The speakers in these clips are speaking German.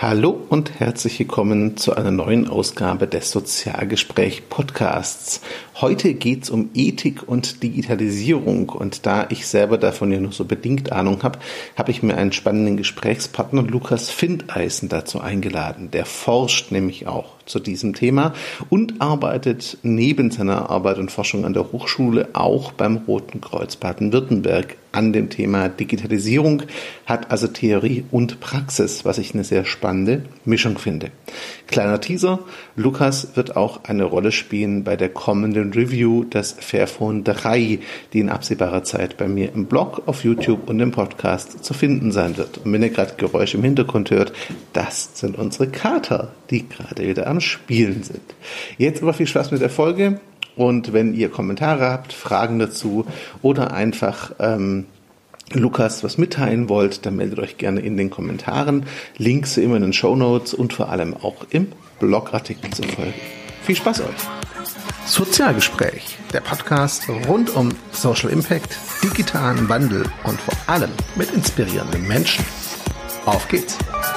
Hallo und herzlich willkommen zu einer neuen Ausgabe des Sozialgespräch-Podcasts. Heute geht's um Ethik und Digitalisierung und da ich selber davon ja nur so bedingt Ahnung habe, habe ich mir einen spannenden Gesprächspartner, Lukas Findeisen, dazu eingeladen. Der forscht nämlich auch zu diesem Thema und arbeitet neben seiner Arbeit und Forschung an der Hochschule auch beim Roten Kreuz Baden-Württemberg an dem Thema Digitalisierung, hat also Theorie und Praxis, was ich eine sehr spannende Mischung finde. Kleiner Teaser, Lukas wird auch eine Rolle spielen bei der kommenden Review des Fairphone 3, die in absehbarer Zeit bei mir im Blog, auf YouTube und im Podcast zu finden sein wird. Und wenn ihr gerade Geräusche im Hintergrund hört, das sind unsere Kater, die gerade wieder am Spielen sind. Jetzt aber viel Spaß mit der Folge. Und wenn ihr Kommentare habt, Fragen dazu oder einfach Lukas was mitteilen wollt, dann meldet euch gerne in den Kommentaren. Links immer in den Shownotes und vor allem auch im Blogartikel zur Folge. Viel Spaß euch! Sozialgespräch, der Podcast rund um Social Impact, digitalen Wandel und vor allem mit inspirierenden Menschen. Auf geht's!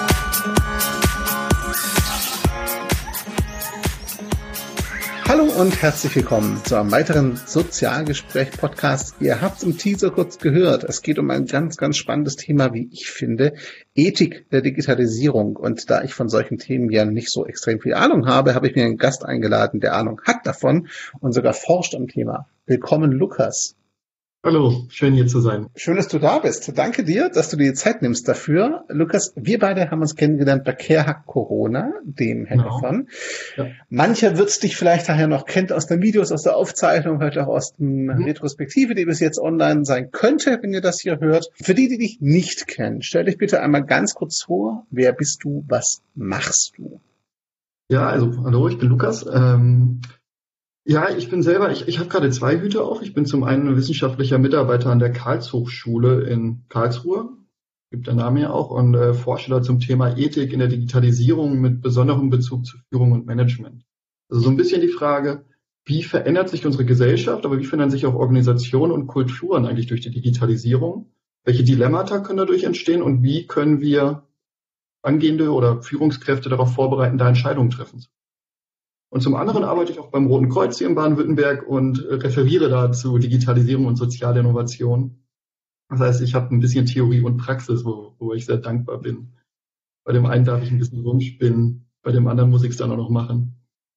Hallo und herzlich willkommen zu einem weiteren Sozialgespräch-Podcast. Ihr habt es im Teaser kurz gehört. Es geht um ein ganz, ganz spannendes Thema, wie ich finde, Ethik der Digitalisierung. Und da ich von solchen Themen ja nicht so extrem viel Ahnung habe, habe ich mir einen Gast eingeladen, der Ahnung hat davon und sogar forscht am Thema. Willkommen, Lukas. Hallo, schön hier zu sein. Schön, dass du da bist. Danke dir, dass du dir die Zeit nimmst dafür. Lukas, wir beide haben uns kennengelernt bei CareHack Corona, dem Hackathon. Ja. Mancher wird es dich vielleicht daher noch kennt aus den Videos, aus der Aufzeichnung, vielleicht auch aus der Retrospektive, die bis jetzt online sein könnte, wenn ihr das hier hört. Für die, die dich nicht kennen, stell dich bitte einmal ganz kurz vor. Wer bist du? Was machst du? Ja, also hallo, ich bin Lukas. Ja, ich bin selber, ich habe gerade zwei Hüte auf. Ich bin zum einen wissenschaftlicher Mitarbeiter an der Karlshochschule in Karlsruhe, gibt der Name ja auch, und forsche da zum Thema Ethik in der Digitalisierung mit besonderem Bezug zu Führung und Management. Also so ein bisschen die Frage, wie verändert sich unsere Gesellschaft, aber wie verändern sich auch Organisationen und Kulturen eigentlich durch die Digitalisierung? Welche Dilemmata können dadurch entstehen und wie können wir angehende oder Führungskräfte darauf vorbereiten, da Entscheidungen treffen zu können? Und zum anderen arbeite ich auch beim Roten Kreuz hier in Baden-Württemberg und referiere da zu Digitalisierung und soziale Innovation. Das heißt, ich habe ein bisschen Theorie und Praxis, wo ich sehr dankbar bin. Bei dem einen darf ich ein bisschen rumspinnen, bei dem anderen muss ich es dann auch noch machen.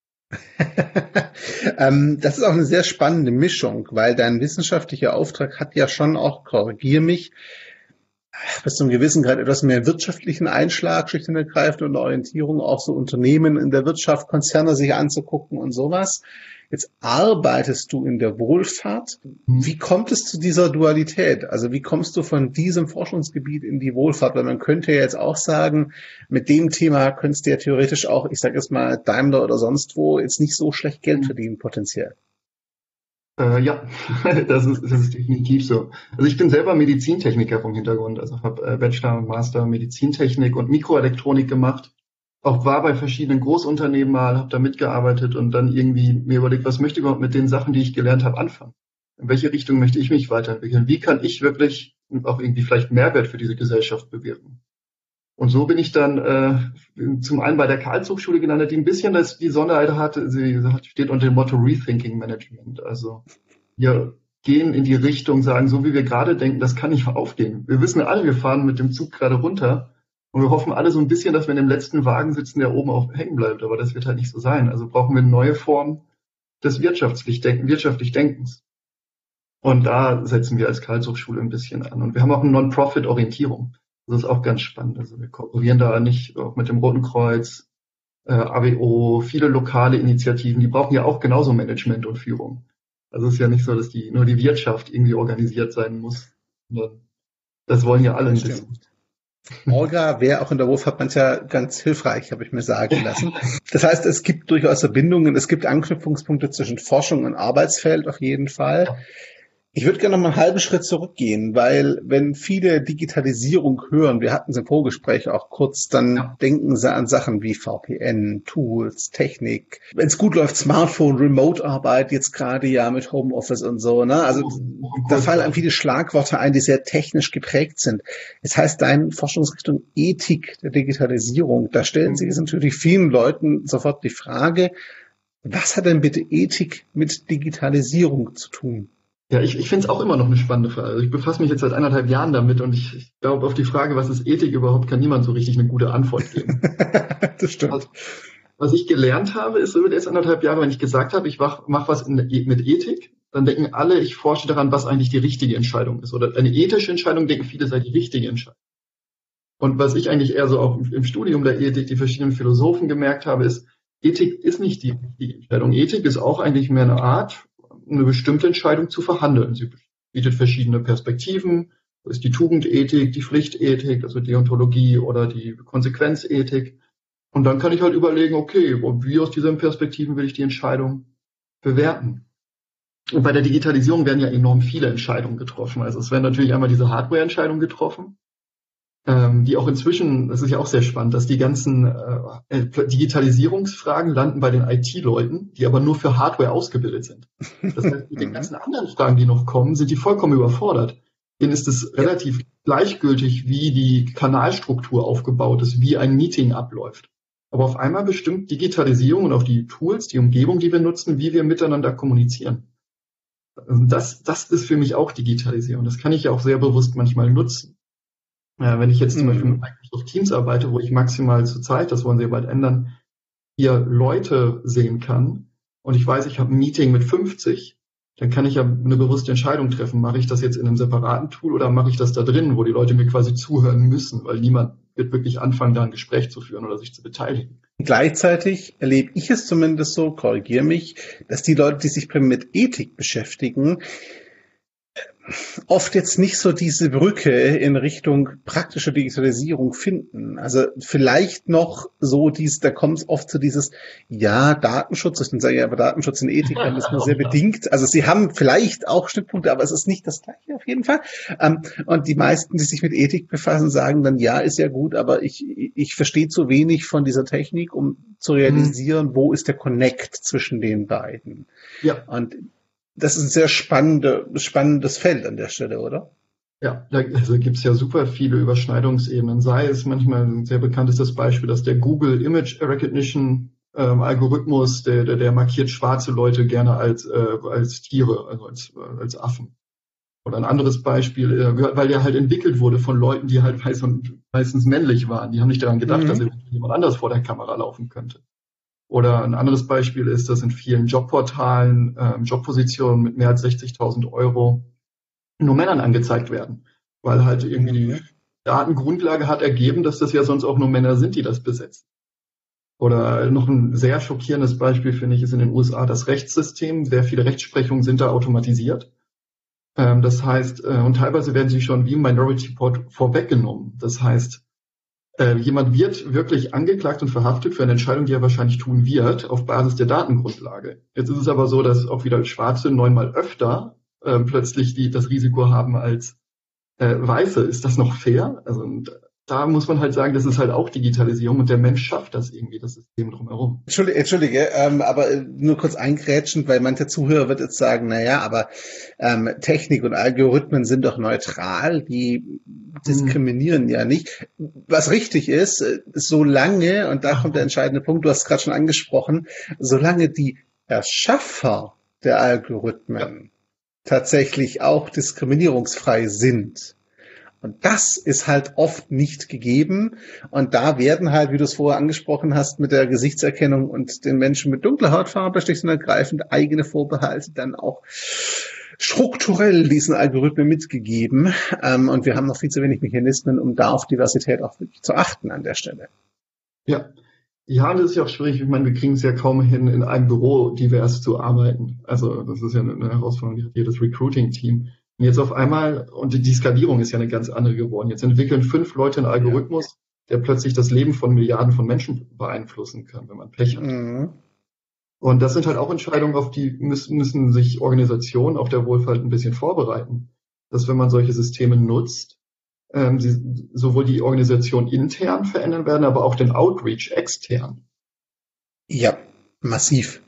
Das ist auch eine sehr spannende Mischung, weil dein wissenschaftlicher Auftrag hat ja schon auch, korrigier mich, bis zu einem gewissen Grad etwas mehr wirtschaftlichen Einschlag, schlicht und ergreifend, und Orientierung, auch so Unternehmen in der Wirtschaft, Konzerne sich anzugucken und sowas. Jetzt arbeitest du in der Wohlfahrt. Wie kommt es zu dieser Dualität? Also wie kommst du von diesem Forschungsgebiet in die Wohlfahrt? Weil man könnte ja jetzt auch sagen, mit dem Thema könntest du ja theoretisch auch, ich sage jetzt mal Daimler oder sonst wo, jetzt nicht so schlecht Geld verdienen potenziell. Ja, das ist definitiv so. Also ich bin selber Medizintechniker vom Hintergrund, also habe Bachelor und Master Medizintechnik und Mikroelektronik gemacht. Auch war bei verschiedenen Großunternehmen mal, habe da mitgearbeitet und dann irgendwie mir überlegt, was möchte ich überhaupt mit den Sachen, die ich gelernt habe, anfangen? In welche Richtung möchte ich mich weiterentwickeln? Wie kann ich wirklich auch irgendwie vielleicht Mehrwert für diese Gesellschaft bewirken? Und so bin ich dann zum einen bei der Karlshochschule gelandet, die ein bisschen die Sonderheit hatte. Sie steht unter dem Motto Rethinking Management. Also wir gehen in die Richtung, sagen, so wie wir gerade denken, das kann nicht aufgehen. Wir wissen alle, wir fahren mit dem Zug gerade runter und wir hoffen alle so ein bisschen, dass wir in dem letzten Wagen sitzen, der oben auch hängen bleibt. Aber das wird halt nicht so sein. Also brauchen wir eine neue Form des wirtschaftlich Denkens. Und da setzen wir als Karlshochschule ein bisschen an. Und wir haben auch eine Non-Profit-Orientierung. Das ist auch ganz spannend. Also wir kooperieren da nicht auch mit dem Roten Kreuz, AWO, viele lokale Initiativen, die brauchen ja auch genauso Management und Führung. Also es ist ja nicht so, dass nur die Wirtschaft irgendwie organisiert sein muss. Das wollen ja alle nicht. Orga wäre auch in der Wohlfahrt manchmal ganz hilfreich, habe ich mir sagen lassen. Das heißt, es gibt durchaus Verbindungen, es gibt Anknüpfungspunkte zwischen Forschung und Arbeitsfeld auf jeden Fall. Ich würde gerne noch mal einen halben Schritt zurückgehen, weil wenn viele Digitalisierung hören, wir hatten es im Vorgespräch auch kurz, dann Ja. denken sie an Sachen wie VPN, Tools, Technik. Wenn es gut läuft, Smartphone, Remote-Arbeit, jetzt gerade ja mit Homeoffice und so. Ne? Also da fallen einem viele Schlagworte ein, die sehr technisch geprägt sind. Das heißt, deine Forschungsrichtung Ethik der Digitalisierung, da stellen sich jetzt natürlich vielen Leuten sofort die Frage, was hat denn bitte Ethik mit Digitalisierung zu tun? Ja, ich finde es auch immer noch eine spannende Frage. Also ich befasse mich jetzt seit 1,5 Jahren damit und ich glaube, auf die Frage, was ist Ethik überhaupt, kann niemand so richtig eine gute Antwort geben. Das stimmt. Was ich gelernt habe, ist über jetzt 1,5 Jahre, wenn ich gesagt habe, ich mache was mit Ethik, dann denken alle, ich forsche daran, was eigentlich die richtige Entscheidung ist. Oder eine ethische Entscheidung denken viele, sei die richtige Entscheidung. Und was ich eigentlich eher so auch im Studium der Ethik, die verschiedenen Philosophen gemerkt habe, ist, Ethik ist nicht die richtige Entscheidung. Ethik ist auch eigentlich mehr eine Art, eine bestimmte Entscheidung zu verhandeln. Sie bietet verschiedene Perspektiven. Das ist die Tugendethik, die Pflichtethik, also Deontologie oder die Konsequenzethik. Und dann kann ich halt überlegen, okay, wie aus diesen Perspektiven will ich die Entscheidung bewerten? Und bei der Digitalisierung werden ja enorm viele Entscheidungen getroffen. Also es werden natürlich einmal diese Hardware-Entscheidungen getroffen, die auch inzwischen, das ist ja auch sehr spannend, dass die ganzen Digitalisierungsfragen landen bei den IT-Leuten, die aber nur für Hardware ausgebildet sind. Das heißt, mit den ganzen anderen Fragen, die noch kommen, sind die vollkommen überfordert. Denen ist es relativ gleichgültig, wie die Kanalstruktur aufgebaut ist, wie ein Meeting abläuft. Aber auf einmal bestimmt Digitalisierung und auch die Tools, die Umgebung, die wir nutzen, wie wir miteinander kommunizieren. Das ist für mich auch Digitalisierung. Das kann ich ja auch sehr bewusst manchmal nutzen. Wenn ich jetzt zum Beispiel mit Microsoft Teams arbeite, wo ich maximal zur Zeit, das wollen sie ja bald ändern, 4 Leute sehen kann und ich weiß, ich habe ein Meeting mit 50, dann kann ich ja eine bewusste Entscheidung treffen. Mache ich das jetzt in einem separaten Tool oder mache ich das da drin, wo die Leute mir quasi zuhören müssen, weil niemand wird wirklich anfangen, da ein Gespräch zu führen oder sich zu beteiligen. Gleichzeitig erlebe ich es zumindest so, korrigiere mich, dass die Leute, die sich mit Ethik beschäftigen, oft jetzt nicht so diese Brücke in Richtung praktische Digitalisierung finden. Also vielleicht noch so da kommt es oft zu dieses, ja, Datenschutz, ich sage ja, aber Datenschutz und Ethik haben das nur sehr bedingt. Also sie haben vielleicht auch Schnittpunkte, aber es ist nicht das Gleiche auf jeden Fall. Und die meisten, die sich mit Ethik befassen, sagen dann, ja, ist ja gut, aber ich verstehe zu wenig von dieser Technik, um zu realisieren, wo ist der Connect zwischen den beiden. Ja. Und das ist ein sehr spannendes Feld an der Stelle, oder? Ja, also gibt's ja super viele Überschneidungsebenen. Sei es manchmal ein sehr bekanntes das Beispiel, dass der Google Image Recognition Algorithmus, der markiert schwarze Leute gerne als Tiere, also als Affen. Oder ein anderes Beispiel, weil der halt entwickelt wurde von Leuten, die halt weiß und meistens männlich waren. Die haben nicht daran gedacht, dass jemand anders vor der Kamera laufen könnte. Oder ein anderes Beispiel ist, dass in vielen Jobportalen Jobpositionen mit mehr als 60.000 Euro nur Männern angezeigt werden, weil halt irgendwie die Datengrundlage hat ergeben, dass das ja sonst auch nur Männer sind, die das besetzen. Oder noch ein sehr schockierendes Beispiel, finde ich, ist in den USA das Rechtssystem. Sehr viele Rechtsprechungen sind da automatisiert. Das heißt, und teilweise werden sie schon wie im Minority Report vorweggenommen. Das heißt, jemand wird wirklich angeklagt und verhaftet für eine Entscheidung, die er wahrscheinlich tun wird, auf Basis der Datengrundlage. Jetzt ist es aber so, dass auch wieder Schwarze 9-mal öfter plötzlich das Risiko haben als Weiße. Ist das noch fair? Also da muss man halt sagen, das ist halt auch Digitalisierung und der Mensch schafft das irgendwie, das System drumherum. Entschuldige, aber nur kurz eingrätschend, weil mancher Zuhörer wird jetzt sagen, naja, aber Technik und Algorithmen sind doch neutral, die diskriminieren ja nicht. Was richtig ist, solange, und da kommt der entscheidende Punkt, du hast es gerade schon angesprochen, solange die Erschaffer der Algorithmen tatsächlich auch diskriminierungsfrei sind. Und das ist halt oft nicht gegeben. Und da werden halt, wie du es vorher angesprochen hast, mit der Gesichtserkennung und den Menschen mit dunkler Hautfarbe schlicht und ergreifend eigene Vorbehalte dann auch strukturell diesen Algorithmen mitgegeben. Und wir haben noch viel zu wenig Mechanismen, um da auf Diversität auch wirklich zu achten an der Stelle. Ja. Ja, das ist ja auch schwierig. Ich meine, wir kriegen es ja kaum hin, in einem Büro divers zu arbeiten. Also das ist ja eine Herausforderung, die hat jedes Recruiting-Team. Und jetzt auf einmal, und die Skalierung ist ja eine ganz andere geworden. Jetzt entwickeln 5 Leute einen Algorithmus, der plötzlich das Leben von Milliarden von Menschen beeinflussen kann, wenn man Pech hat. Und das sind halt auch Entscheidungen, auf die müssen sich Organisationen auf der Wohlfahrt ein bisschen vorbereiten. Dass wenn man solche Systeme nutzt, sie sowohl die Organisation intern verändern werden, aber auch den Outreach extern. Ja, massiv.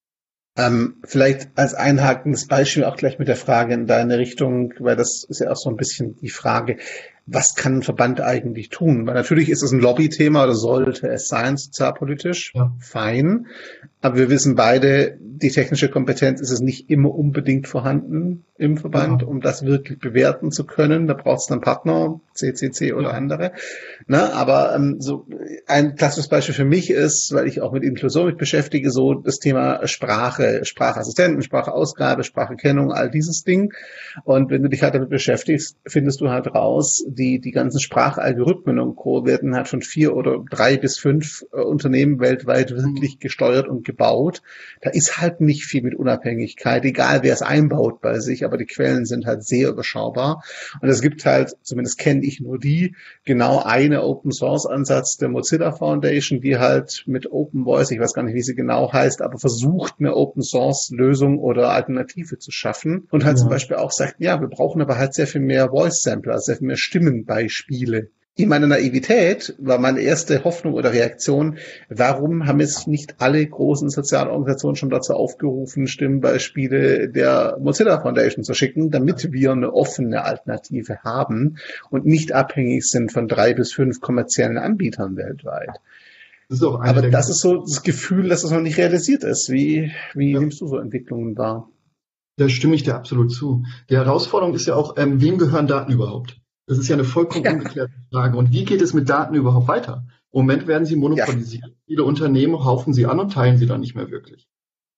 Vielleicht als einhakendes Beispiel auch gleich mit der Frage in deine Richtung, weil das ist ja auch so ein bisschen die Frage, was kann ein Verband eigentlich tun? Weil natürlich ist es ein Lobbythema oder sollte es sein, sozialpolitisch, fein. Aber wir wissen beide, die technische Kompetenz ist es nicht immer unbedingt vorhanden im Verband, um das wirklich bewerten zu können. Da braucht es dann Partner, CCC oder andere. Na, aber so ein klassisches Beispiel für mich ist, weil ich auch mit Inklusion mich beschäftige, so das Thema Sprache, Sprachassistenten, Sprachausgabe, Spracherkennung, all dieses Ding. Und wenn du dich halt damit beschäftigst, findest du halt raus, die ganzen Sprachalgorithmen und Co. werden halt von 4 oder 3 bis 5 Unternehmen weltweit wirklich gesteuert und gebaut. Da ist halt nicht viel mit Unabhängigkeit, egal wer es einbaut bei sich, aber die Quellen sind halt sehr überschaubar. Und es gibt halt, zumindest kenne ich nur die, genau eine Open-Source-Ansatz der Mozilla Foundation, die halt mit Open Voice, ich weiß gar nicht, wie sie genau heißt, aber versucht, eine Open-Source-Lösung oder Alternative zu schaffen und halt zum Beispiel auch sagt, ja, wir brauchen aber halt sehr viel mehr Voice-Sampler, sehr viel mehr Stimmenbeispiele. In meiner Naivität war meine erste Hoffnung oder Reaktion, warum haben es nicht alle großen Sozialorganisationen schon dazu aufgerufen, Stimmbeispiele der Mozilla Foundation zu schicken, damit wir eine offene Alternative haben und nicht abhängig sind von 3 bis 5 kommerziellen Anbietern weltweit. Das ist auch aber das ist so das Gefühl, dass es noch nicht realisiert ist. Wie nimmst du so Entwicklungen wahr? Da stimme ich dir absolut zu. Die Herausforderung ist ja auch, wem gehören Daten überhaupt? Das ist ja eine vollkommen ungeklärte Frage. Und wie geht es mit Daten überhaupt weiter? Im Moment werden sie monopolisiert. Ja. Viele Unternehmen haufen sie an und teilen sie dann nicht mehr wirklich.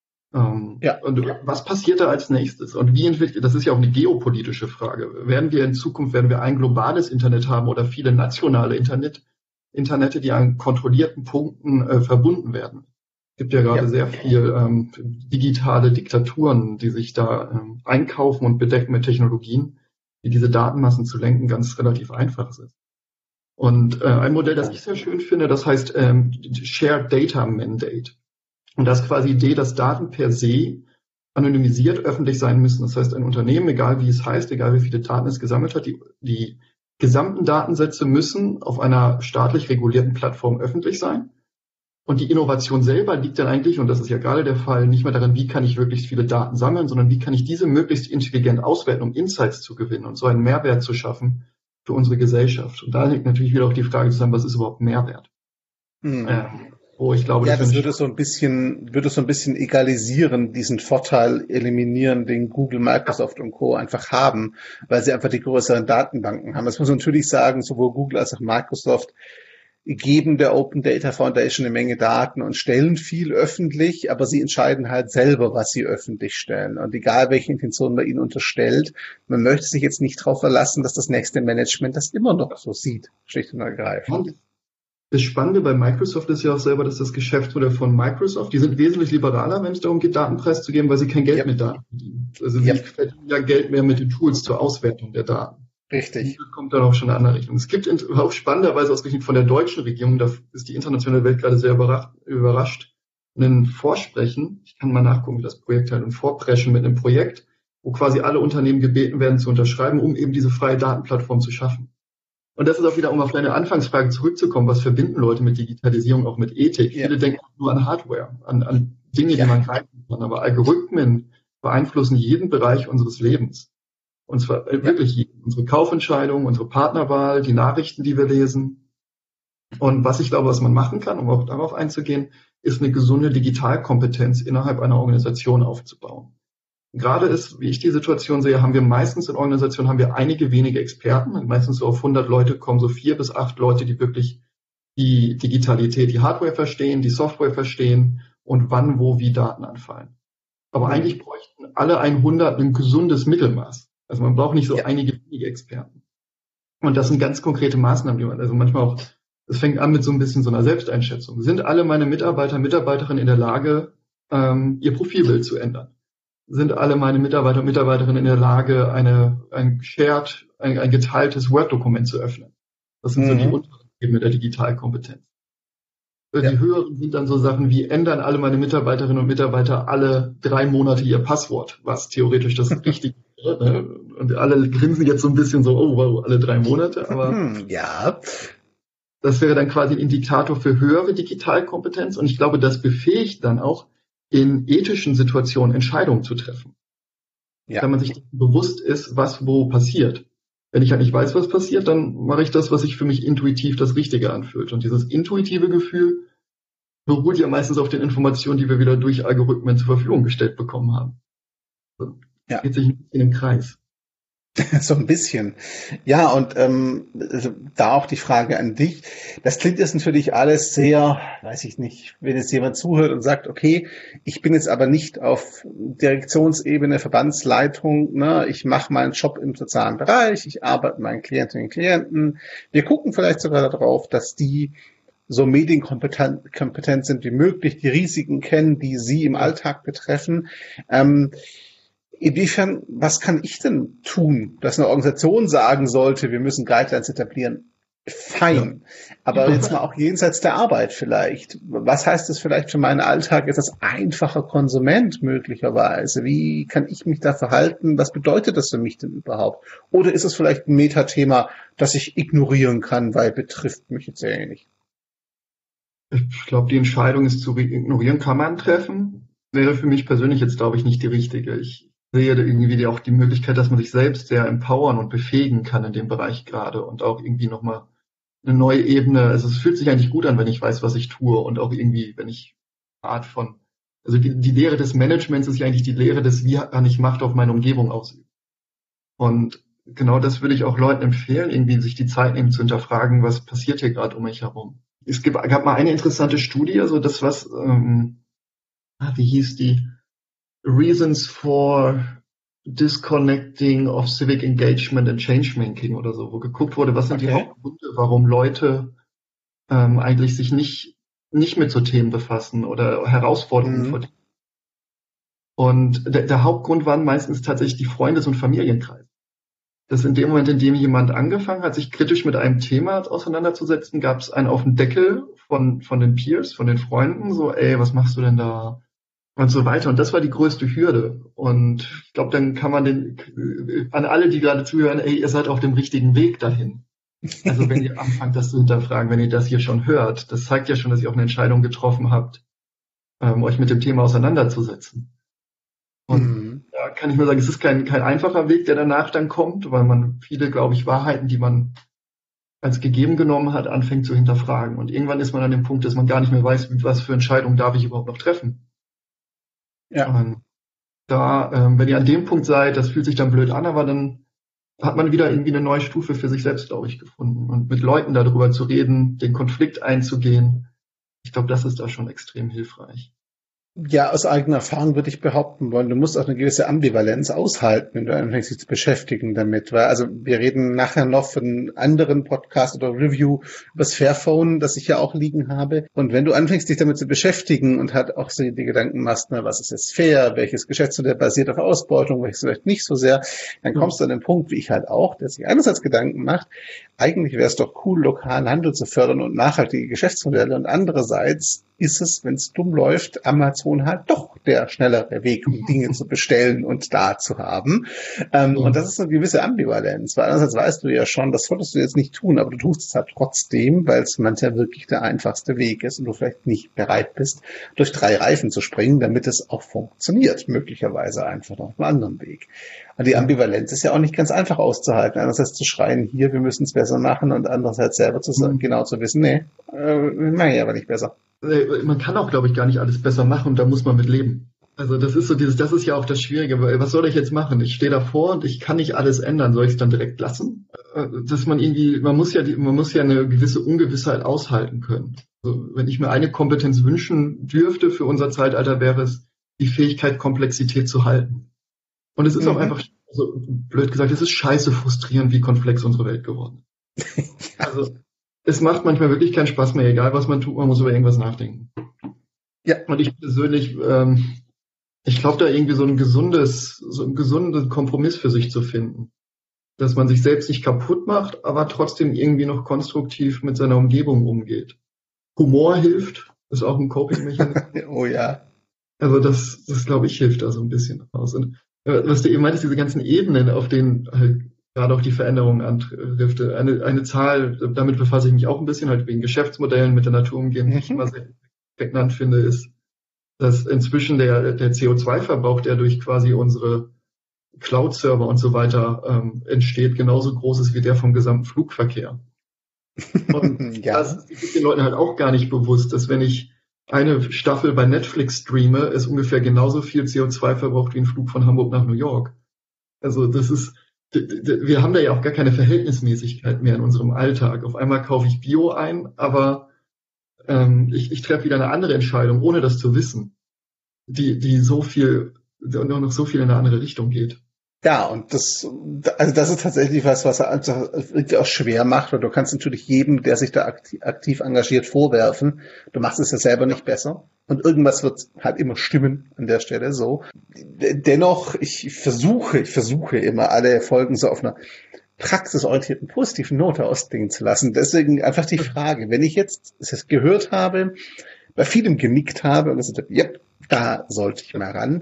Und was passiert da als nächstes? Und wie entwickelt, das ist ja auch eine geopolitische Frage. Werden wir ein globales Internet haben oder viele nationale Internete, die an kontrollierten Punkten verbunden werden? Es gibt ja gerade sehr viel digitale Diktaturen, die sich da einkaufen und bedecken mit Technologien, wie diese Datenmassen zu lenken ganz relativ einfach ist. Und ein Modell, das ich sehr schön finde, das heißt Shared Data Mandate. Und das ist quasi die Idee, dass Daten per se anonymisiert öffentlich sein müssen. Das heißt, ein Unternehmen, egal wie es heißt, egal wie viele Daten es gesammelt hat, die gesamten Datensätze müssen auf einer staatlich regulierten Plattform öffentlich sein. Und die Innovation selber liegt dann eigentlich, und das ist ja gerade der Fall, nicht mehr darin, wie kann ich möglichst viele Daten sammeln, sondern wie kann ich diese möglichst intelligent auswerten, um Insights zu gewinnen und so einen Mehrwert zu schaffen für unsere Gesellschaft. Und da liegt natürlich wieder auch die Frage zusammen, was ist überhaupt Mehrwert? Ich glaube, das würde so ein bisschen egalisieren, diesen Vorteil eliminieren, den Google, Microsoft und Co. einfach haben, weil sie einfach die größeren Datenbanken haben. Das muss man natürlich sagen, sowohl Google als auch Microsoft geben der Open Data Foundation eine Menge Daten und stellen viel öffentlich, aber sie entscheiden halt selber, was sie öffentlich stellen. Und egal, welche Intention man ihnen unterstellt, man möchte sich jetzt nicht darauf verlassen, dass das nächste Management das immer noch so sieht, schlicht und ergreifend. Das Spannende bei Microsoft ist ja auch selber, dass das Geschäftsmodell von Microsoft, die sind wesentlich liberaler, wenn es darum geht, Daten preiszugeben, weil sie kein Geld mit Daten verdienen. Also sie verdienen ja Geld mehr mit den Tools zur Auswertung der Daten. Richtig. Das kommt dann auch schon in eine andere Richtung. Es gibt auch spannenderweise ausgerechnet von der deutschen Regierung, da ist die internationale Welt gerade sehr überrascht, ein Vorsprechen, ich kann mal nachgucken, wie das Projekt halt, ein Vorpreschen mit einem Projekt, wo quasi alle Unternehmen gebeten werden zu unterschreiben, um eben diese freie Datenplattform zu schaffen. Und das ist auch wieder, um auf deine Anfangsfrage zurückzukommen, was verbinden Leute mit Digitalisierung, auch mit Ethik? Viele denken nur an Hardware, an Dinge, die man greifen kann, aber Algorithmen beeinflussen jeden Bereich unseres Lebens. Und zwar wirklich unsere Kaufentscheidungen, unsere Partnerwahl, die Nachrichten, die wir lesen. Und was ich glaube, was man machen kann, um auch darauf einzugehen, ist eine gesunde Digitalkompetenz innerhalb einer Organisation aufzubauen. Gerade ist, wie ich die Situation sehe, haben wir meistens in Organisationen einige wenige Experten. Meistens so auf 100 Leute kommen so 4 bis 8 Leute, die wirklich die Digitalität, die Hardware verstehen, die Software verstehen und wann, wo, wie Daten anfallen. Aber eigentlich bräuchten alle 100 ein gesundes Mittelmaß. Also man braucht nicht so einige wenige Experten. Und das sind ganz konkrete Maßnahmen, die man, also manchmal auch, es fängt an mit so ein bisschen so einer Selbsteinschätzung. Sind alle meine Mitarbeiterinnen in der Lage, ihr Profilbild zu ändern? Sind alle meine Mitarbeiter und Mitarbeiterinnen in der Lage, ein geteiltes Word-Dokument zu öffnen? Das sind so die Unterebene der Digitalkompetenz. Ja. Die höheren sind dann so Sachen wie, ändern alle meine Mitarbeiterinnen und Mitarbeiter alle 3 Monate ihr Passwort, was theoretisch das Richtige wäre. Ne? Und alle grinsen jetzt so ein bisschen so, oh wow, alle 3 Monate, aber Ja. das wäre dann quasi ein Indikator für höhere Digitalkompetenz und ich glaube, das befähigt dann auch, in ethischen Situationen Entscheidungen zu treffen. Ja. Wenn man sich bewusst ist, was wo passiert. Wenn ich halt nicht weiß, was passiert, dann mache ich das, was sich für mich intuitiv das Richtige anfühlt. Und dieses intuitive Gefühl beruht ja meistens auf den Informationen, die wir wieder durch Algorithmen zur Verfügung gestellt bekommen haben. So, Ja. geht sich ein bisschen im Kreis. So ein bisschen. Ja, und also da auch die Frage an dich. Das klingt jetzt natürlich alles sehr, weiß ich nicht, wenn jetzt jemand zuhört und sagt, okay, ich bin jetzt aber nicht auf Direktionsebene, Verbandsleitung, ne, ich mache meinen Job im sozialen Bereich, ich arbeite mit meinen Klientinnen und Klienten. Wir gucken vielleicht sogar darauf, dass die so medienkompetent sind wie möglich, die Risiken kennen, die sie im Alltag betreffen. Inwiefern, was kann ich denn tun, dass eine Organisation sagen sollte, wir müssen Guidelines etablieren? Fein. Aber jetzt mal auch jenseits der Arbeit vielleicht. Was heißt das vielleicht für meinen Alltag? Ist das einfacher Konsument möglicherweise? Wie kann ich mich da verhalten? Was bedeutet das für mich denn überhaupt? Oder ist es vielleicht ein Metathema, das ich ignorieren kann, weil betrifft mich jetzt ja nicht? Ich glaube, die Entscheidung, es zu ignorieren, kann man treffen. Wäre für mich persönlich jetzt, glaube ich, nicht die richtige. Ich sehe da irgendwie auch die Möglichkeit, dass man sich selbst sehr empowern und befähigen kann in dem Bereich gerade und auch irgendwie nochmal eine neue Ebene. Also es fühlt sich eigentlich gut an, wenn ich weiß, was ich tue und auch irgendwie, wenn ich Art von, also die Lehre des Managements ist ja eigentlich die Lehre des, wie kann ich Macht auf meine Umgebung ausüben. Und genau das würde ich auch Leuten empfehlen, irgendwie sich die Zeit nehmen zu hinterfragen, was passiert hier gerade um mich herum. Es gab mal eine interessante Studie, also das was, wie hieß die? Reasons for Disconnecting of Civic Engagement and Changemaking oder so, wo geguckt wurde, was sind die Hauptgründe, warum Leute eigentlich sich nicht mit so Themen befassen oder Herausforderungen vor denen. Und der Hauptgrund waren meistens tatsächlich die Freundes- und Familienkreise. Dass in dem Moment, in dem jemand angefangen hat, sich kritisch mit einem Thema auseinanderzusetzen, gab es einen auf den Deckel von den Peers, von den Freunden, so, ey, was machst du denn da? Und so weiter. Und das war die größte Hürde. Und ich glaube, dann kann man an alle, die gerade zuhören, ey, ihr seid auf dem richtigen Weg dahin. Also wenn ihr anfangt, das zu hinterfragen, wenn ihr das hier schon hört, das zeigt ja schon, dass ihr auch eine Entscheidung getroffen habt, euch mit dem Thema auseinanderzusetzen. Und da kann ich nur sagen, es ist kein einfacher Weg, der danach dann kommt, weil man viele, glaube ich, Wahrheiten, die man als gegeben genommen hat, anfängt zu hinterfragen. Und irgendwann ist man an dem Punkt, dass man gar nicht mehr weiß, was für Entscheidungen darf ich überhaupt noch treffen. Ja. Und wenn ihr an dem Punkt seid, das fühlt sich dann blöd an, aber dann hat man wieder irgendwie eine neue Stufe für sich selbst, glaube ich, gefunden. Und mit Leuten darüber zu reden, den Konflikt einzugehen, ich glaube, das ist da schon extrem hilfreich. Ja, aus eigener Erfahrung würde ich behaupten wollen, du musst auch eine gewisse Ambivalenz aushalten, wenn du anfängst, dich zu beschäftigen damit. Weil, also wir reden nachher noch von einem anderen Podcast oder Review über das Fairphone, das ich ja auch liegen habe. Und wenn du anfängst, dich damit zu beschäftigen und halt auch so die Gedanken machst, na, was ist jetzt fair, welches Geschäftsmodell basiert auf Ausbeutung, welches vielleicht nicht so sehr, dann kommst du an den Punkt, wie ich halt auch, der sich einerseits Gedanken macht, eigentlich wäre es doch cool, lokalen Handel zu fördern und nachhaltige Geschäftsmodelle. Und andererseits ist es, wenn es dumm läuft, Amazon halt doch der schnellere Weg, um Dinge zu bestellen und da zu haben. Und das ist eine gewisse Ambivalenz, weil einerseits weißt du ja schon, das solltest du jetzt nicht tun, aber du tust es halt trotzdem, weil es manchmal wirklich der einfachste Weg ist und du vielleicht nicht bereit bist, durch 3 Reifen zu springen, damit es auch funktioniert, möglicherweise einfach auf einem anderen Weg. Und die Ambivalenz ist ja auch nicht ganz einfach auszuhalten. Einerseits zu schreien, hier, wir müssen es besser machen und andererseits selber zu sagen, genau zu wissen, nee, mache ich aber nicht besser. Man kann auch, glaube ich, gar nicht alles besser machen und da muss man mit leben. Also das ist so das ist ja auch das Schwierige, weil was soll ich jetzt machen? Ich stehe davor und ich kann nicht alles ändern. Soll ich es dann direkt lassen? Dass man irgendwie, man muss ja eine gewisse Ungewissheit aushalten können. Also wenn ich mir eine Kompetenz wünschen dürfte für unser Zeitalter, wäre es die Fähigkeit, Komplexität zu halten. Und es ist auch einfach, also blöd gesagt, es ist scheiße frustrierend, wie komplex unsere Welt geworden ist. Also es macht manchmal wirklich keinen Spaß mehr, egal was man tut, man muss über irgendwas nachdenken. Ja. Und ich persönlich, ich glaube, da irgendwie so einen gesunden Kompromiss für sich zu finden. Dass man sich selbst nicht kaputt macht, aber trotzdem irgendwie noch konstruktiv mit seiner Umgebung umgeht. Humor hilft, ist auch ein Coping-Mechanismus. Oh ja. Also das glaube ich, hilft da so ein bisschen raus. Und was du eben meintest, diese ganzen Ebenen, auf denen halt gerade auch die Veränderung antrifft. Eine Zahl, damit befasse ich mich auch ein bisschen, halt wegen Geschäftsmodellen mit der Natur umgehen, die ich immer sehr prägnant finde, ist, dass inzwischen der CO2-Verbrauch, der durch quasi unsere Cloud-Server und so weiter entsteht, genauso groß ist wie der vom gesamten Flugverkehr. Und das ist den Leuten halt auch gar nicht bewusst, dass wenn ich eine Staffel bei Netflix streame, es ungefähr genauso viel CO2 verbraucht wie ein Flug von Hamburg nach New York. Also das ist, wir haben da ja auch gar keine Verhältnismäßigkeit mehr in unserem Alltag. Auf einmal kaufe ich Bio ein, aber ich treffe wieder eine andere Entscheidung, ohne das zu wissen, die so viel, noch so viel in eine andere Richtung geht. Ja, und das ist tatsächlich was einfach irgendwie auch schwer macht, weil du kannst natürlich jedem, der sich da aktiv engagiert, vorwerfen, du machst es ja selber nicht besser. Und irgendwas wird halt immer stimmen an der Stelle so. Dennoch, ich versuche immer alle Folgen so auf einer praxisorientierten, positiven Note ausklingen zu lassen. Deswegen einfach die Frage, wenn ich jetzt es gehört habe, bei vielem genickt habe und gesagt habe, ja, da sollte ich mal ran,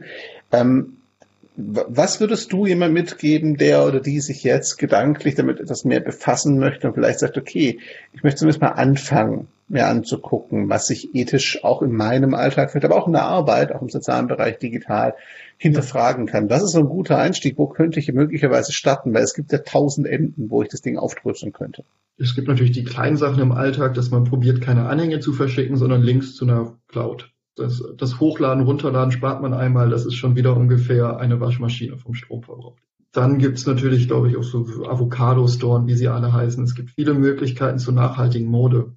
was würdest du jemand mitgeben, der oder die sich jetzt gedanklich damit etwas mehr befassen möchte und vielleicht sagt, okay, ich möchte zumindest mal anfangen, mir anzugucken, was ich ethisch auch in meinem Alltag, vielleicht aber auch in der Arbeit, auch im sozialen Bereich digital hinterfragen kann. Das ist so ein guter Einstieg. Wo könnte ich möglicherweise starten? Weil es gibt ja 1000 Enden, wo ich das Ding aufdröseln könnte. Es gibt natürlich die kleinen Sachen im Alltag, dass man probiert, keine Anhänge zu verschicken, sondern Links zu einer Cloud. Das Hochladen, Runterladen spart man einmal, das ist schon wieder ungefähr eine Waschmaschine vom Stromverbrauch. Dann gibt's natürlich, glaube ich, auch so Avocado-Storen, wie sie alle heißen. Es gibt viele Möglichkeiten zur nachhaltigen Mode.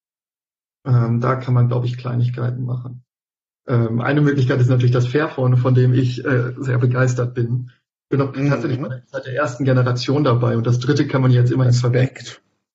Da kann man, glaube ich, Kleinigkeiten machen. Eine Möglichkeit ist natürlich das Fairphone, von dem ich sehr begeistert bin. Ich bin auch tatsächlich seit der ersten Generation dabei und das dritte kann man jetzt immerhin verwenden.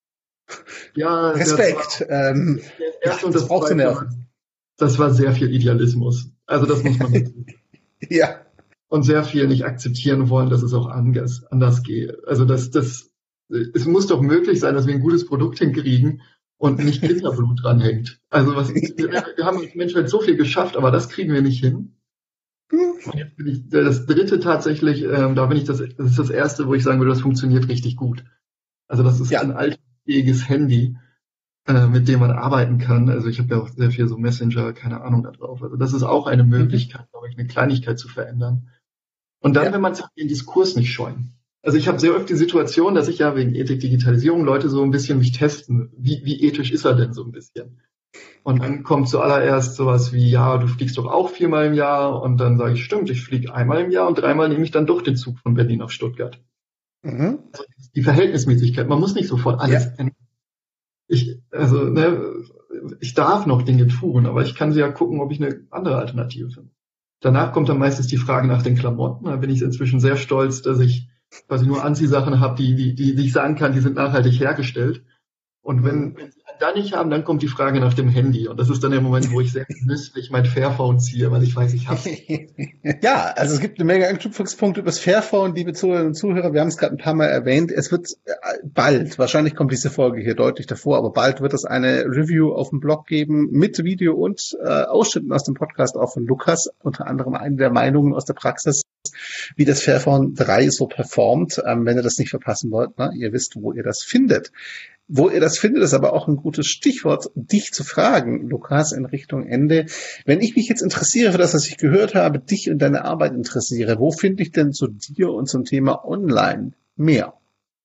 Ja, Respekt. Das braucht du nerven. Das war sehr viel Idealismus. Also das muss man wissen. Ja. Und sehr viel nicht akzeptieren wollen, dass es auch anders geht. Also es muss doch möglich sein, dass wir ein gutes Produkt hinkriegen und nicht Kinderblut dranhängt. Also wir haben als Menschheit so viel geschafft, aber das kriegen wir nicht hin. Und jetzt bin ich das dritte tatsächlich, das ist das erste, wo ich sagen würde, das funktioniert richtig gut. Also das ist ein alltagsfähiges Handy, mit dem man arbeiten kann. Also ich habe ja auch sehr viel so Messenger, keine Ahnung, da drauf. Also das ist auch eine Möglichkeit, glaube ich, eine Kleinigkeit zu verändern. Und dann, wenn man den Diskurs nicht scheuen. Also ich habe sehr oft die Situation, dass ich ja wegen Ethik, Digitalisierung Leute so ein bisschen mich testen. Wie ethisch ist er denn so ein bisschen? Und dann kommt zuallererst sowas wie, ja, du fliegst doch auch 4-mal im Jahr. Und dann sage ich, stimmt, ich fliege 1-mal im Jahr und 3-mal nehme ich dann doch den Zug von Berlin auf Stuttgart. Also die Verhältnismäßigkeit, man muss nicht sofort alles ändern. Ich darf noch Dinge tun, aber ich kann sie ja gucken, ob ich eine andere Alternative finde. Danach kommt dann meistens die Frage nach den Klamotten. Da bin ich inzwischen sehr stolz, dass ich quasi nur Anziehsachen habe, die ich sagen kann, die sind nachhaltig hergestellt. Und wenn sie da nicht haben, dann kommt die Frage nach dem Handy. Und das ist dann der Moment, wo ich sehr genüsslich mein Fairphone ziehe, weil ich weiß, ich habe es. Ja, also es gibt eine Menge Anknüpfungspunkte über das Fairphone, liebe Zuhörerinnen und Zuhörer. Wir haben es gerade ein paar Mal erwähnt. Es wird bald, wahrscheinlich kommt diese Folge hier deutlich davor, aber bald wird es eine Review auf dem Blog geben mit Video und Ausschnitten aus dem Podcast auch von Lukas. Unter anderem eine der Meinungen aus der Praxis, wie das Fairphone 3 so performt. Wenn ihr das nicht verpassen wollt, ihr wisst, wo ihr das findet. Wo ihr das findet, ist aber auch ein gutes Stichwort, dich zu fragen, Lukas, in Richtung Ende. Wenn ich mich jetzt interessiere für das, was ich gehört habe, dich und deine Arbeit interessiere, wo finde ich denn zu dir und zum Thema Online mehr?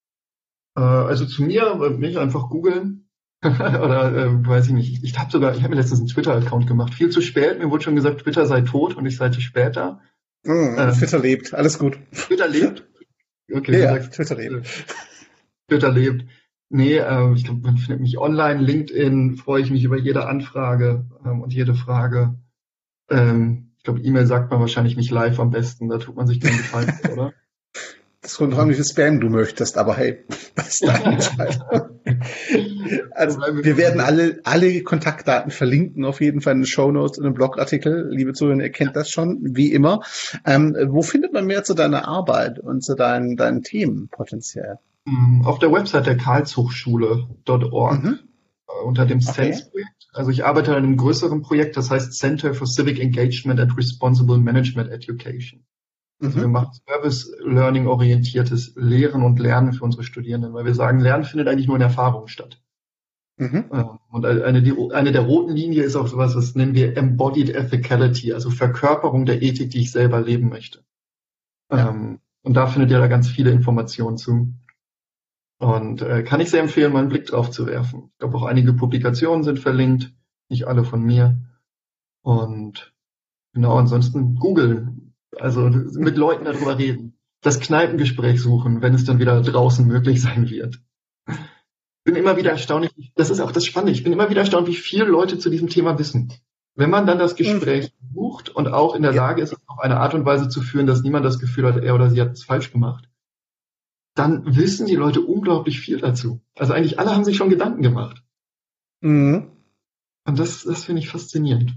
Also zu mir, mich einfach googeln. Oder weiß ich nicht. Ich habe mir letztens einen Twitter-Account gemacht. Viel zu spät. Mir wurde schon gesagt, Twitter sei tot und ich sei zu spät da. Twitter lebt, alles gut. Twitter lebt? Okay, ja, Twitter lebt. Twitter lebt. Nee, ich glaube, man findet mich online, LinkedIn, freue ich mich über jede Anfrage und jede Frage. Ich glaube, E-Mail sagt man wahrscheinlich nicht live am besten, da tut man sich keinen Gefallen, oder? Das kommt drauf an, wie viel Spam du möchtest, aber hey, das ist deine Entscheidung. Also, wir werden alle Kontaktdaten verlinken, auf jeden Fall in den Shownotes und im Blogartikel. Liebe Zuhörer, ihr kennt das schon, wie immer. Wo findet man mehr zu deiner Arbeit und zu deinen Themen potenziell? Auf der Website der Karlshochschule.org. unter dem Okay. SENSE-Projekt. Also ich arbeite an einem größeren Projekt, das heißt Center for Civic Engagement and Responsible Management Education. Also wir machen Service Learning orientiertes Lehren und Lernen für unsere Studierenden, weil wir sagen, Lernen findet eigentlich nur in Erfahrung statt. Mhm. Und eine der roten Linien ist auch sowas, das nennen wir Embodied Ethicality, also Verkörperung der Ethik, die ich selber leben möchte. Ja. Und da findet ihr da ganz viele Informationen zu. Und kann ich sehr empfehlen, mal einen Blick drauf zu werfen. Ich glaube, auch einige Publikationen sind verlinkt, nicht alle von mir. Und genau, ansonsten googeln, also mit Leuten darüber reden, das Kneipengespräch suchen, wenn es dann wieder draußen möglich sein wird. Ich bin immer wieder erstaunt, das ist auch das Spannende, ich bin immer wieder erstaunt, wie viele Leute zu diesem Thema wissen. Wenn man dann das Gespräch sucht und auch in der Lage ist, es auf eine Art und Weise zu führen, dass niemand das Gefühl hat, er oder sie hat es falsch gemacht, dann wissen die Leute unglaublich viel dazu. Also eigentlich alle haben sich schon Gedanken gemacht. Mhm. Und das finde ich faszinierend.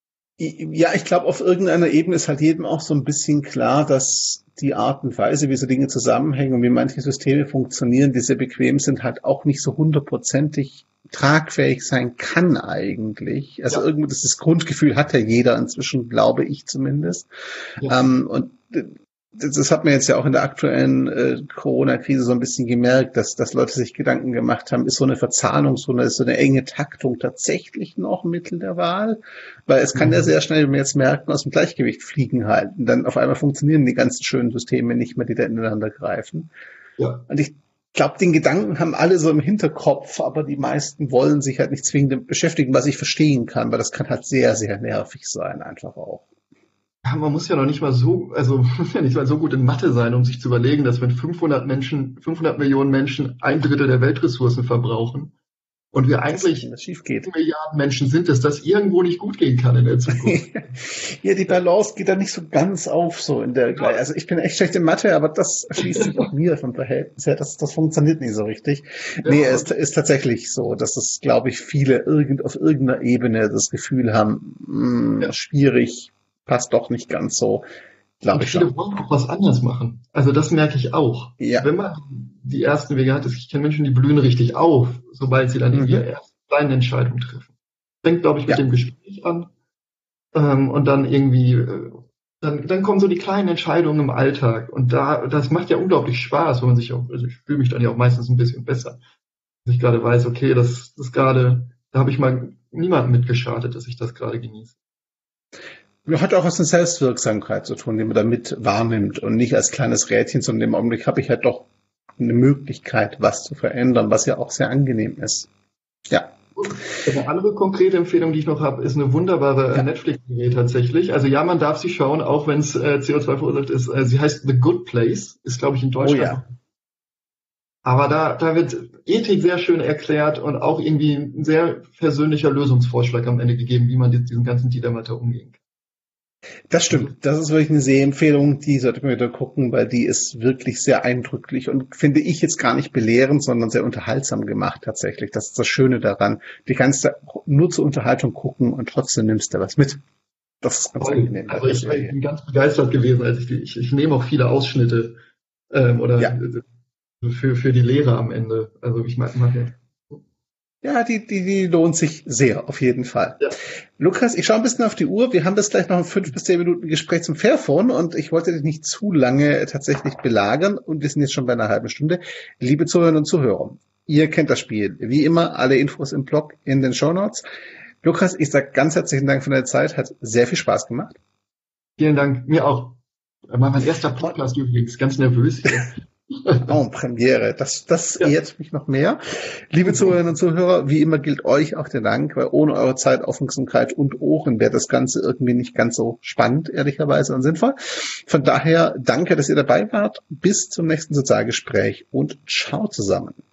Ja, ich glaube, auf irgendeiner Ebene ist halt jedem auch so ein bisschen klar, dass die Art und Weise, wie so Dinge zusammenhängen und wie manche Systeme funktionieren, die sehr bequem sind, halt auch nicht so hundertprozentig tragfähig sein kann eigentlich. Also irgendwie das Grundgefühl hat ja jeder inzwischen, glaube ich zumindest. Ja. Und das hat man jetzt ja auch in der aktuellen Corona-Krise so ein bisschen gemerkt, dass Leute sich Gedanken gemacht haben, ist so eine Verzahnung, so eine enge Taktung tatsächlich noch Mittel der Wahl? Weil es kann ja sehr schnell, wenn wir jetzt merken, aus dem Gleichgewicht fliegen halt. Und dann auf einmal funktionieren die ganzen schönen Systeme nicht mehr, die da ineinander greifen. Ja. Und ich glaube, den Gedanken haben alle so im Hinterkopf, aber die meisten wollen sich halt nicht zwingend damit beschäftigen, was ich verstehen kann, weil das kann halt sehr, sehr nervig sein, einfach auch. Ja, man muss ja noch nicht mal nicht mal so gut in Mathe sein, um sich zu überlegen, dass wenn 500 Millionen Menschen 1/3 der Weltressourcen verbrauchen und wir eigentlich das schief geht. Milliarden Menschen sind, dass das irgendwo nicht gut gehen kann in der Zukunft. Ja, die Balance geht da nicht so ganz auf, so in der, also ich bin echt schlecht in Mathe, aber das schließt sich auch mir vom Verhältnis her, das funktioniert nicht so richtig. Ja. Nee, es ist tatsächlich so, dass es, glaube ich, viele auf irgendeiner Ebene das Gefühl haben, schwierig, passt doch nicht ganz so, glaube ich schon. Viele wollen auch was anders machen. Also das merke ich auch. Ja. Wenn man die ersten Wege hat, ich kenne Menschen, die blühen richtig auf, sobald sie dann ihre ersten kleinen Entscheidungen treffen. Fängt, glaube ich, mit dem Gespräch an. Und dann irgendwie, dann kommen so die kleinen Entscheidungen im Alltag. Und das macht ja unglaublich Spaß, wenn man sich auch, also ich fühle mich dann ja auch meistens ein bisschen besser. Dass ich gerade weiß, okay, das ist gerade, da habe ich mal niemandem mitgeschadet, dass ich das gerade genieße. Hat auch was mit Selbstwirksamkeit zu tun, die man damit wahrnimmt und nicht als kleines Rädchen, sondern im Augenblick habe ich halt doch eine Möglichkeit, was zu verändern, was ja auch sehr angenehm ist. Ja. Eine andere konkrete Empfehlung, die ich noch habe, ist eine wunderbare Netflix-Serie tatsächlich. Also ja, man darf sie schauen, auch wenn es CO2 verursacht ist. Sie heißt The Good Place, ist glaube ich in Deutschland. Oh ja. Aber da wird Ethik sehr schön erklärt und auch irgendwie ein sehr persönlicher Lösungsvorschlag am Ende gegeben, wie man diesen ganzen Dilemmata umgehen kann. Das stimmt. Das ist wirklich eine Sehempfehlung, die sollte man wieder gucken, weil die ist wirklich sehr eindrücklich und finde ich jetzt gar nicht belehrend, sondern sehr unterhaltsam gemacht tatsächlich. Das ist das Schöne daran. Die kannst du nur zur Unterhaltung gucken und trotzdem nimmst du was mit. Das ist ganz angenehm. Also ich bin ganz begeistert gewesen, als ich nehme auch viele Ausschnitte für die Lehre am Ende. Also ich mag das. Ja, die lohnt sich sehr, auf jeden Fall. Ja. Lukas, ich schaue ein bisschen auf die Uhr. Wir haben das gleich noch ein 5 bis 10 Minuten Gespräch zum Fairphone und ich wollte dich nicht zu lange tatsächlich belagern und wir sind jetzt schon bei einer halben Stunde. Liebe Zuhörerinnen und Zuhörer, ihr kennt das Spiel. Wie immer, alle Infos im Blog in den Shownotes. Lukas, ich sage ganz herzlichen Dank für deine Zeit. Hat sehr viel Spaß gemacht. Vielen Dank. Mir auch. Mein erster Podcast übrigens. Ganz nervös hier. Oh, Premiere. Das ehrt mich noch mehr. Liebe Zuhörerinnen und Zuhörer, wie immer gilt euch auch der Dank, weil ohne eure Zeit, Aufmerksamkeit und Ohren wäre das Ganze irgendwie nicht ganz so spannend, ehrlicherweise, und sinnvoll. Von daher danke, dass ihr dabei wart. Bis zum nächsten Sozialgespräch und ciao zusammen.